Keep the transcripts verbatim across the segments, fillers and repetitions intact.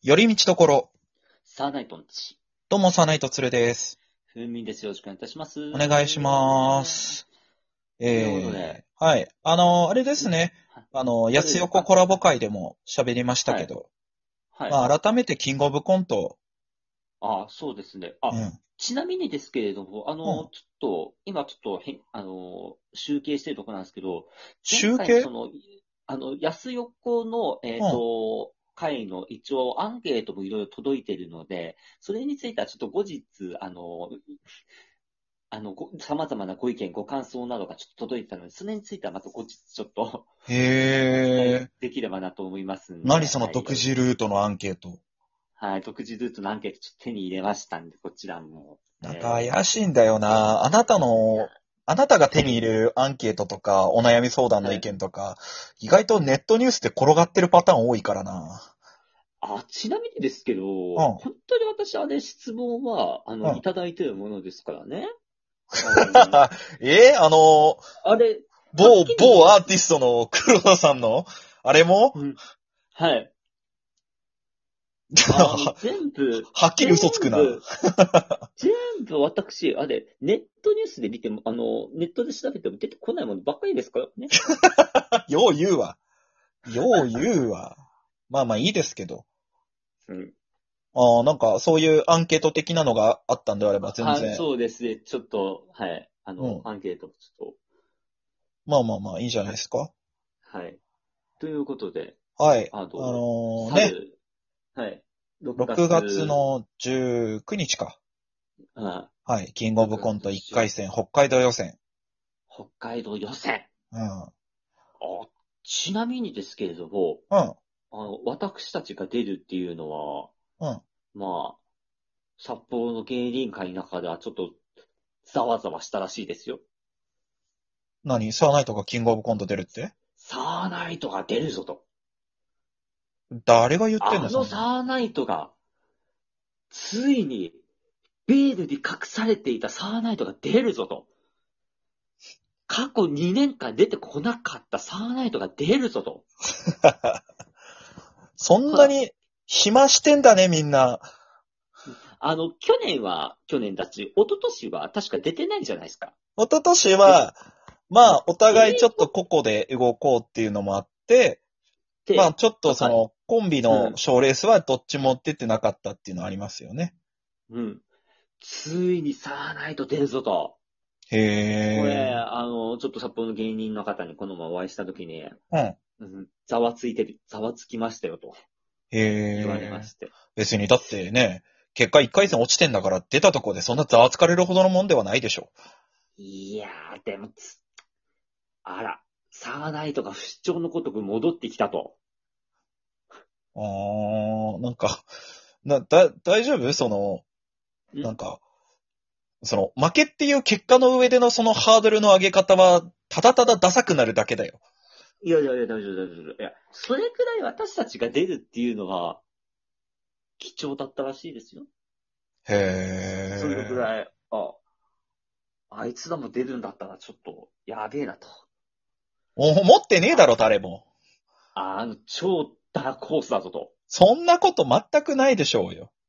寄り道ところ。 サーナイトンチ。 どうも、サーナイトツルです。 ふうみんです。よろしくお願いいたします。 お願いします。 ということで、 えー、はい。あの、あれですね。 はあの、 どれですか？ 安横コラボ会でも喋りましたはい。 けど、 はい。 まあ、改めてキングオブコント、 あ、そうですね。あ、 うん、 ちなみにですけれども、あの、 うん。 ちょっと、今ちょっとへん、あの、集計してるところなんですけど、前集計回のその、あの、安横の、えっうん。 と、会の一応アンケートもいろいろ届いているので、それについてはちょっと後日、あの、あの、ご様々なご意見、ご感想などがちょっと届いたので、それについてはまた後日ちょっとお伝えへー。 できればなと思いますんで、 何そのはい。 独自ルートのアンケート。 はい。独自ルートのアンケートちょっと手に入れましたんで、こちらも。 なんかえ怪しいんだよな。あなたー、いや、 の、あなたが手に入はい。 れるアンケートとか、お悩み相談の意はい。 見とか、意外とネットニュースで転がってるパターン多いからな。 あ、ちなみにですけど、 うん、 本当に私、あれ、質問は、あの、いうん。 ただいてるものですからね。あの、 えーあの、 あれ、はっ某、 きり言います。 某アーティストの黒田さんの、あれもうん。はい。あの、 は、 全部、 はっきり全嘘つくな。 部、全部私、あれ、ネットニュースで見ても、あの、ネットで調べても出てこないものばっかりですからね。 よう言うわ。よう言うわ。まあまあいいですけど。 うん。 ああ、なんかそういうアンケート的なのがあったんであれば全あ、 然。 そうですね。ちょっと、はい。あの、 うん。 アンケートもちょっまあまあまあいいじゃと、はい。 ないですか。 はい。ということで、 はい。 ああの、 のーね、 去る、はい。6 6月月、 のじゅうくにちか。 あ、 はい。キングオブ 6 コント1 月じゅう、 回戦、北海道予選。 北海道予選。 うん。 あ、ちなみにですけれども、 うん。 あの、私たちが出るっていうのは、 うん。 まあ、札幌の芸人会の中ではちょっとざわざわしたらしいですよ。 何サーナイトがキングオブコント出るって？ サーナイトが出るぞと。 誰が言ってんのあのそんなの。 サーナイトが、ついに、ベールに隠されていたサーナイトが出るぞと。過去にねんかん出てこなかったサーナイトが出るぞと。 そんなに暇してんだね、みんな。 あの、去年は去年だし、一昨年は確か出てないじゃないですか。 一昨年で、 は、まうん。 あ、お互いちょっと英語っ個々で動こうっていうのもあって、まあ、 て、 ちょっとなんか、 その、コンビうん、 の賞レースはどっちも出てなかったっていうのはありますよね。 うん。ついにサーナイト出るぞと。 へこれ、 え。 あの、ちょっと札幌の芸人の方にこの前お会いしたときに、 うん。 うん、ざわついてる、ざわつきましたよとへ言われまえ。 して。 別に、だってね、結果いっかい戦落ちてんだから出たとこでそんなざわつかれるほどのもんではないでしょ。 いやー、でもつ、あら、サーナイトが不死鳥のごとく戻ってきたと。 あー、なんか、な、だ、大丈夫その、なんんか、その、負けっていう結果の上でのそのハードルの上げ方は、ただただダサくなるだけだよ。 いやいやいや、大丈夫、大丈夫。いや、それくらい私たちが出るっていうのは、貴重だったらしいですよ。 へそれぐえ。 らい、あ、あいつらも出るんだったらちょっと、やべえなと。 思ってねえだあ、 ろ、誰も。 あの、超ダークホースだぞと。 そんなこと全くないでしょうよ。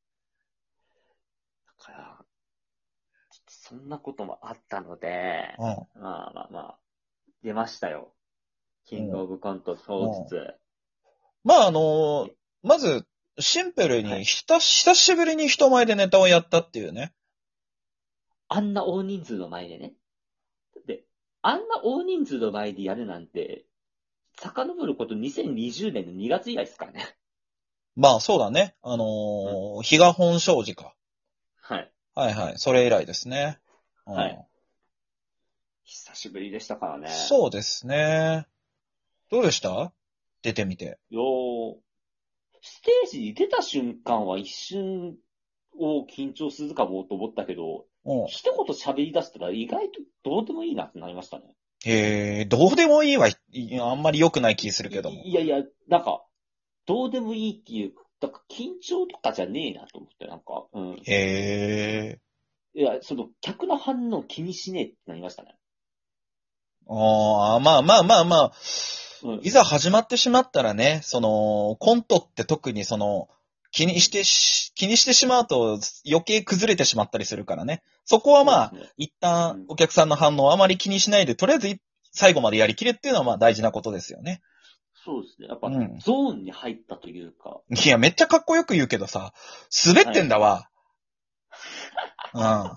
だから、そんなこともあったので、 うん。 まあまあまあ、出ましたよ。キングうん。 オブコント当うん。 日。 まあ、あのえまず、シンプルに、 はい。 ひた、久しぶりに人前でネタをやったっていうね。 あんな大人数の前でね。で、あんな大人数の前でやるなんて、遡ることにせんにじゅうねんのにがつ以来ですからね。 まあ、そうだね。あのうん。 ー、比嘉本庄司か。 はい。 はいはい。それ以来ですね。うはい。 ん。 久しぶりでしたからね。 そうですね。どうでした出てみて。 よー、ステージに出た瞬間は一瞬を緊張するかもと思ったけど、 うん。 一言喋り出したら意外とどうでもいいなってなりましたね。 へえ、どうでもいいわ。いあんまり良くない気するい、 けども。 いいやいや、なんか、どうでもいいっていう、なんか緊張とかじゃねえなと思って、なんか、うん。 へえ。 いや、その、客の反応気にしねえってなりましたね。 ああ、まあまあまあまあ。 うん。 いざ始まってしまったらね、その、コントって特にその、 気にしてし、気にしてしまうと余計崩れてしまったりするからね。そこはまあ、 そうですね一旦お客さんの反応をあまり気にしないで、とりあえず最後までやりきるっていうのはまあ大事なことですよね。 そうですね。やっぱ、 うんゾーンに入ったというか。 いや、めっちゃかっこよく言うけどさ、滑ってんだわ。うん。あ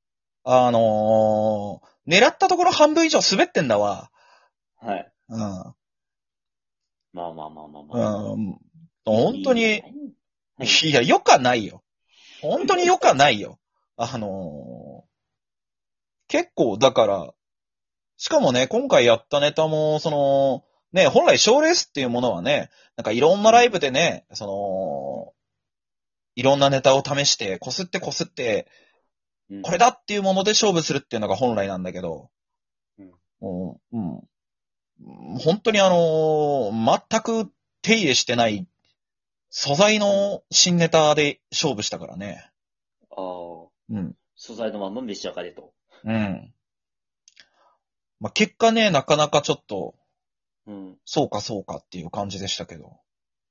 のー、狙ったところ半分以上滑ってんだわ。 はい。 うん。 まあまあまあまあまあ。 うん。本当に、 いいいや、よかないよ。本当によかないよ。あのー、結構、だから、しかもね、今回やったネタも、その、ね、本来賞レースっていうものはね、なんかいろんなライブでね、その、いろんなネタを試して、こすってこすって、 うんこれだっていうもので勝負するっていうのが本来なんだけど、 うんうん、うん、本当にあのー全く手入れしてない素材の新ネタで勝負したからね。 ああ、 うん。 素材のまま召し上がれと。 うん。まあ、結果ね、なかなかちょっと、 うん。 そうかそうかっていう感じでしたけど。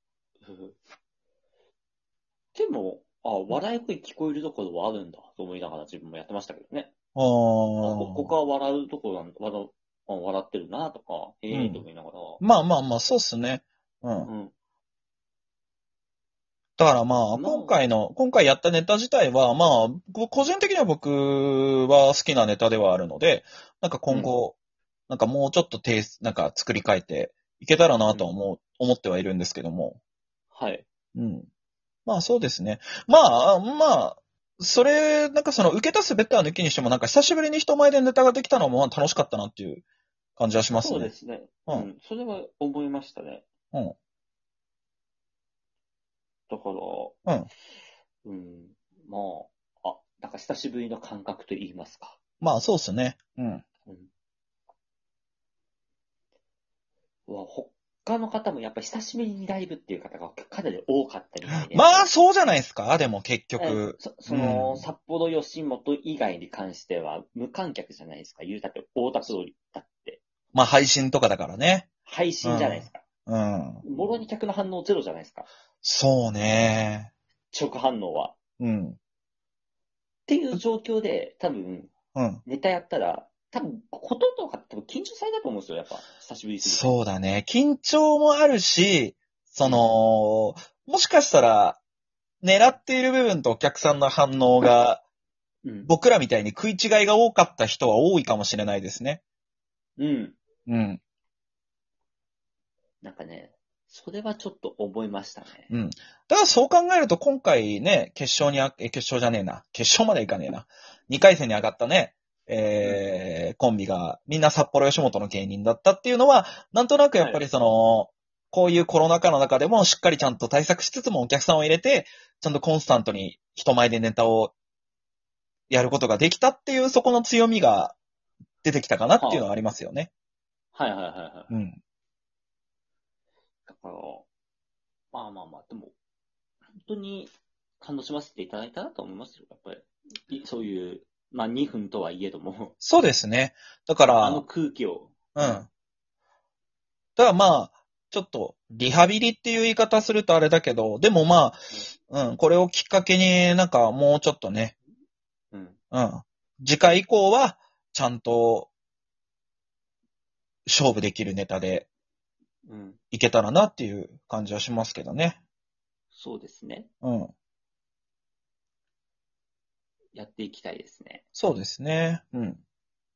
でも、あ、笑い声聞こえるところはあるんだと思いながら自分もやってましたけどね。 ああ、こここあ。 は笑うところなん笑う、あ笑ってるなとか、へえと思いながら。 まあまあまあ、そうっすね。うん。 うん。 だからまあ、 まあ、 今回の、今回やったネタ自体は、まあ、こ個人的には僕は好きなネタではあるので、なんか今後、なんかもうちょっとテイスなんか作り変えていけたらなとは思う、思ってはいるんですけども。 はい。 うん。まあそうですね。まあ、まあ、それ、なんかその受けた滑ったは抜きにしても、なんか久しぶりに人前でネタができたのもまあ楽しかったなっていう感じはしますね。 そうですね。 うん。 うん。それは思いましたね。 うん。 だから、 うん。 うん。まあ、あ、なんか久しぶりの感覚と言いますか。 まあそうっすね。うん。 うん。うわ、他の方もやっぱ久しぶりにライブっていう方がかなり多かったみたいで、 まやっぱり。 あそうじゃないですか。でも結え局。 そその、 うん。 札幌吉本以外に関しては無観客じゃないですか。言うたって大田通りだって。 まあ配信とかだからね。 配うん。 信じゃないですか。 うん。 もろに客の反応ゼロじゃないですか。 そうね。 直反応は。っうん。 ていう状況で、多分、 うん。 ネタやったら、多分、ほとんどの方多分緊張されたと思うんですよ。やっぱ、久しぶりすぎて。 そうだね。緊張もあるし、そうんの、もしかしたら、狙っている部分とお客さんの反応が、 うん。 僕らみたいに食い違いが多かった人は多いかもしれないですね。 うん。 うん。 なんかね、それはちょっと思いましたね。 うん。だからそう考えると今回ね、決勝にあ、え、決勝じゃねえな。決勝までいかねえな。にかい戦に上がったね、えー、コンビがみんな札幌吉本の芸人だったっていうのは、なんとなくやっぱりその、こういうコロナ禍の中でもしっかりちゃんと対策しつつもお客さんを入れて、ちゃんとコンスタントに人前でネタをやることができたっていう、そこの強みが出てきたかなっていうのはありますよね。 はいはいはいはい。 うん。 だから、まあまあまあ、でも、本当に感動しませていただいたなと思いますよ。やっぱり。いそういう、まあにふんとはいえども、 そうですね。だから、 あの空気を。 うん。だからまあ、ちょっと、リハビリっていう言い方するとあれだけど、でもまあ、うん、これをきっかけになんかもうちょっとね、 うん。 うん。次回以降は、ちゃんと勝負できるネタでうん。 いけたらなっていう感じはしますけどね。 そうですね。 うん。 やっていきたいですね。 そうですね。うん。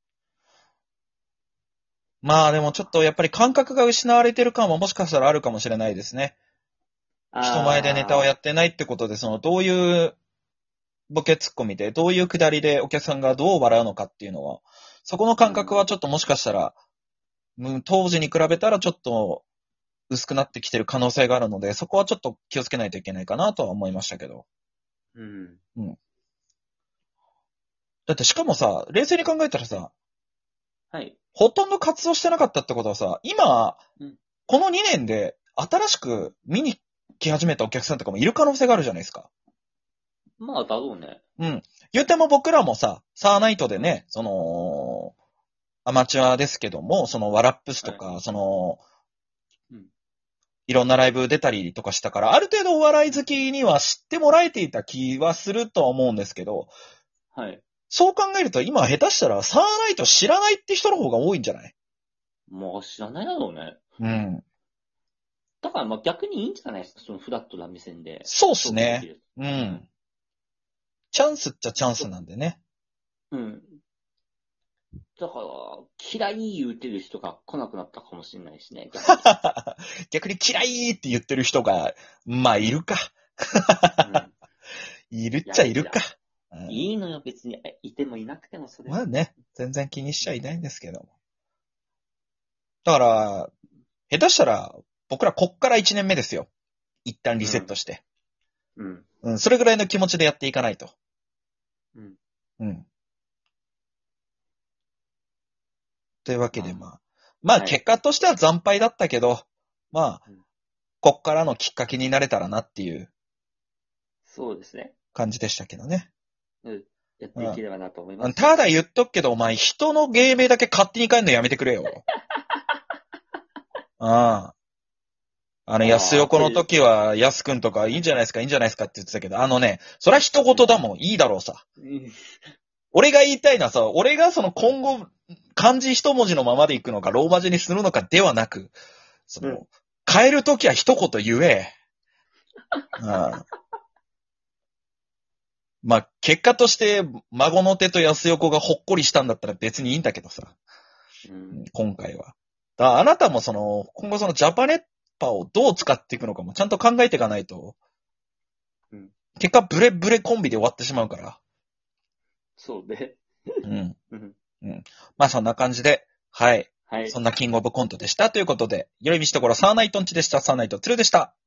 まあでもちょっとやっぱり感覚が失われてる感ももしかしたらあるかもしれないですね。人前でネタをやあってないってことで、そのどういうボケツッコミで、どういうくだりでお客さんがどう笑うのかっていうのは、そこの感覚はちょっともしかしたら、うん当時に比べたらちょっと薄くなってきてる可能性があるので、そこはちょっと気をつけないといけないかなとは思いましたけど。 あ、うん。 だってしかもさ、冷静に考えたらさ、 はい。 ほとんど活動してなかったってことはさ、今、 うんこのにねんで新しく見に来始めたお客さんとかもいる可能性があるじゃないですか。 まあ、だろうね。 うん。言うても僕らもさ、サーナイトでね、その、アマチュアですけども、そのワラップスとか、その、 うんいろんなライブ出たりとかしたから、ある程度お笑い好きには知ってもらえていた気はするとは思うんですけど、 はい。 そう考えると今下手したらサーナイト知らないって人の方が多いんじゃない？ もう知らないだろうね。 うん。 だからまあ逆にいいんじゃないですか、そのフラットな目線で。 そうっすね。 トークできる。 うん。チャンスっちゃチャンスなんでね。 うん。だから、嫌い言うてる人が来なくなったかもしれないしね、逆に。 逆に嫌いって言ってる人が、まあいるか。 うん。 いるっちゃいるか。うんいいのよ、別に。いてもいなくてもそれは。 まあね、全然気にしちゃいないんですけども。だから、下手したら、僕らこっからいちねんめですよ。一旦リセットして。 うん。 うん、それぐらいの気持ちでやっていかないと。 うん。 うん。というわけで、 まあまあ。まあ、 はい結果としては惨敗だったけど、まあうん、 こっからのきっかけになれたらなっていうそうですね。 感じでしたけどね。 うん。やっていければなと思います。 ただ言っとくけど、お前人の芸名だけ勝手に変えるのやめてくれよ。ああ。あの、安横の時は、安くんとかいいんじゃないですか、いいんじゃないですかって言ってたけど、あのね、それは一言だもん、いいだろうさ。 うん俺が言いたいのはさ、俺がその今後、漢字一文字のままでいくのか、ローマ字にするのかではなく、その、 うん変えるときは一言言え。うんまあ、結果として、孫の手と安横がほっこりしたんだったら別にいいんだけどさ、 うん今回は。だからあなたもその、今後そのジャパネッパをどう使っていくのかもちゃんと考えていかないと、 うん結果ブレブレコンビで終わってしまうから。 そうね。 うん。 うんうん。まあそんな感じで、はい。 はい。 そんなキングオブコントでしたということで、よりみしところサーナイトンチでした。サーナイトツルでした。